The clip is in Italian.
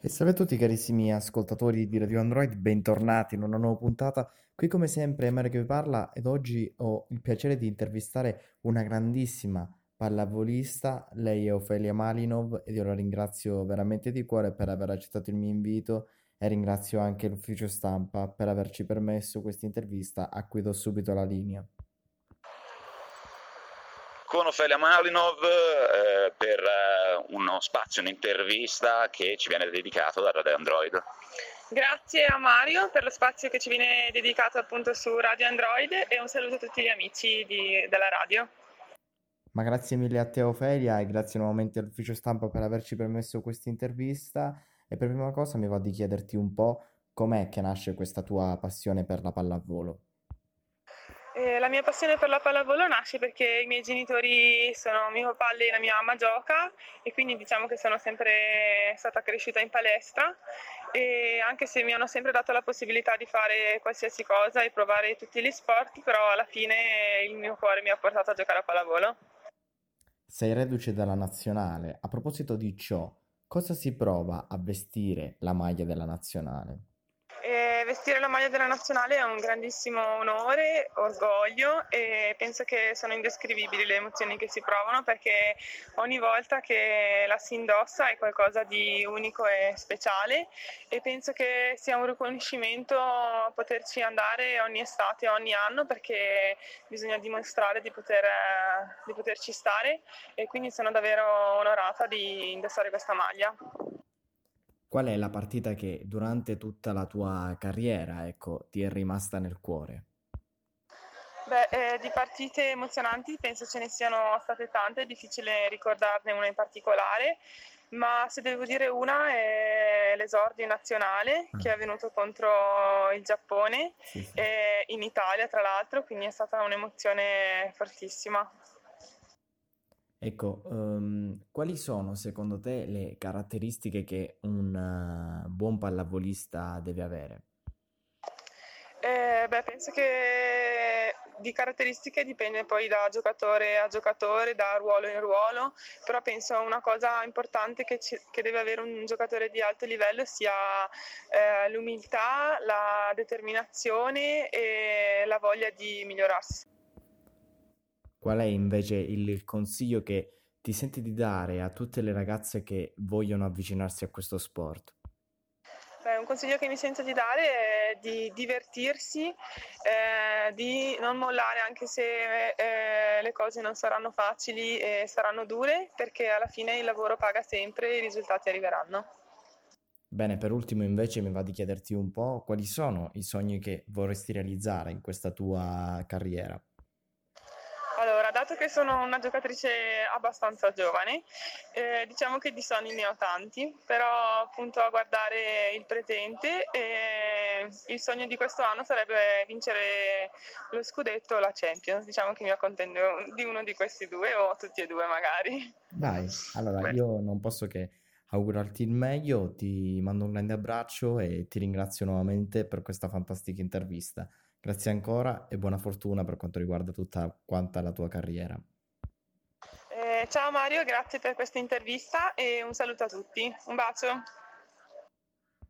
E salve a tutti carissimi ascoltatori di Radio Android, bentornati in una nuova puntata. Qui come sempre è Mario che vi parla ed oggi ho il piacere di intervistare una grandissima pallavolista, lei è Ofelia Malinov ed io la ringrazio veramente di cuore per aver accettato il mio invito e ringrazio anche l'ufficio stampa per averci permesso questa intervista a cui do subito la linea. Con Ofelia Malinov per uno spazio, un'intervista che ci viene dedicato da Radio Android. Grazie a Mario per lo spazio che ci viene dedicato appunto su Radio Android e un saluto a tutti gli amici della radio. Ma grazie mille a te Ofelia e grazie nuovamente all'ufficio stampa per averci permesso questa intervista e per prima cosa mi va di chiederti un po' com'è che nasce questa tua passione per la pallavolo. La mia passione per la pallavolo nasce perché i miei genitori sono mio papà e la mia mamma gioca e quindi diciamo che sono sempre stata cresciuta in palestra e anche se mi hanno sempre dato la possibilità di fare qualsiasi cosa e provare tutti gli sport, però alla fine il mio cuore mi ha portato a giocare a pallavolo. Sei reduce dalla nazionale. A proposito di ciò, cosa si prova a vestire la maglia della nazionale? Vestire la maglia della nazionale è un grandissimo onore, orgoglio e penso che sono indescrivibili le emozioni che si provano perché ogni volta che la si indossa è qualcosa di unico e speciale e penso che sia un riconoscimento poterci andare ogni estate, ogni anno perché bisogna dimostrare di poterci stare e quindi sono davvero onorata di indossare questa maglia. Qual è la partita che durante tutta la tua carriera, ecco, ti è rimasta nel cuore? Di partite emozionanti penso ce ne siano state tante, è difficile ricordarne una in particolare, ma se devo dire una è l'esordio nazionale che è avvenuto contro il Giappone Sì, sì. in Italia tra l'altro, quindi è stata un'emozione fortissima. Ecco, quali sono secondo te le caratteristiche che un buon pallavolista deve avere? Penso che di caratteristiche dipende poi da giocatore a giocatore, da ruolo in ruolo, però penso una cosa importante che deve avere un giocatore di alto livello sia l'umiltà, la determinazione e la voglia di migliorarsi. Qual è invece il consiglio che ti senti di dare a tutte le ragazze che vogliono avvicinarsi a questo sport? Un consiglio che mi sento di dare è di divertirsi, di non mollare anche se le cose non saranno facili e saranno dure, perché alla fine il lavoro paga sempre e i risultati arriveranno. Bene, per ultimo invece mi va di chiederti un po' quali sono i sogni che vorresti realizzare in questa tua carriera. Allora, dato che sono una giocatrice abbastanza giovane, diciamo che di sogni ne ho tanti, però appunto a guardare il presente, il sogno di questo anno sarebbe vincere lo scudetto o la Champions, diciamo che mi accontento di uno di questi due o tutti e due magari. Dai, allora Beh. io non posso che augurarti il meglio, ti mando un grande abbraccio e ti ringrazio nuovamente per questa fantastica intervista. Grazie ancora e buona fortuna per quanto riguarda tutta quanta la tua carriera. Ciao Mario, grazie per questa intervista e un saluto a tutti. Un bacio.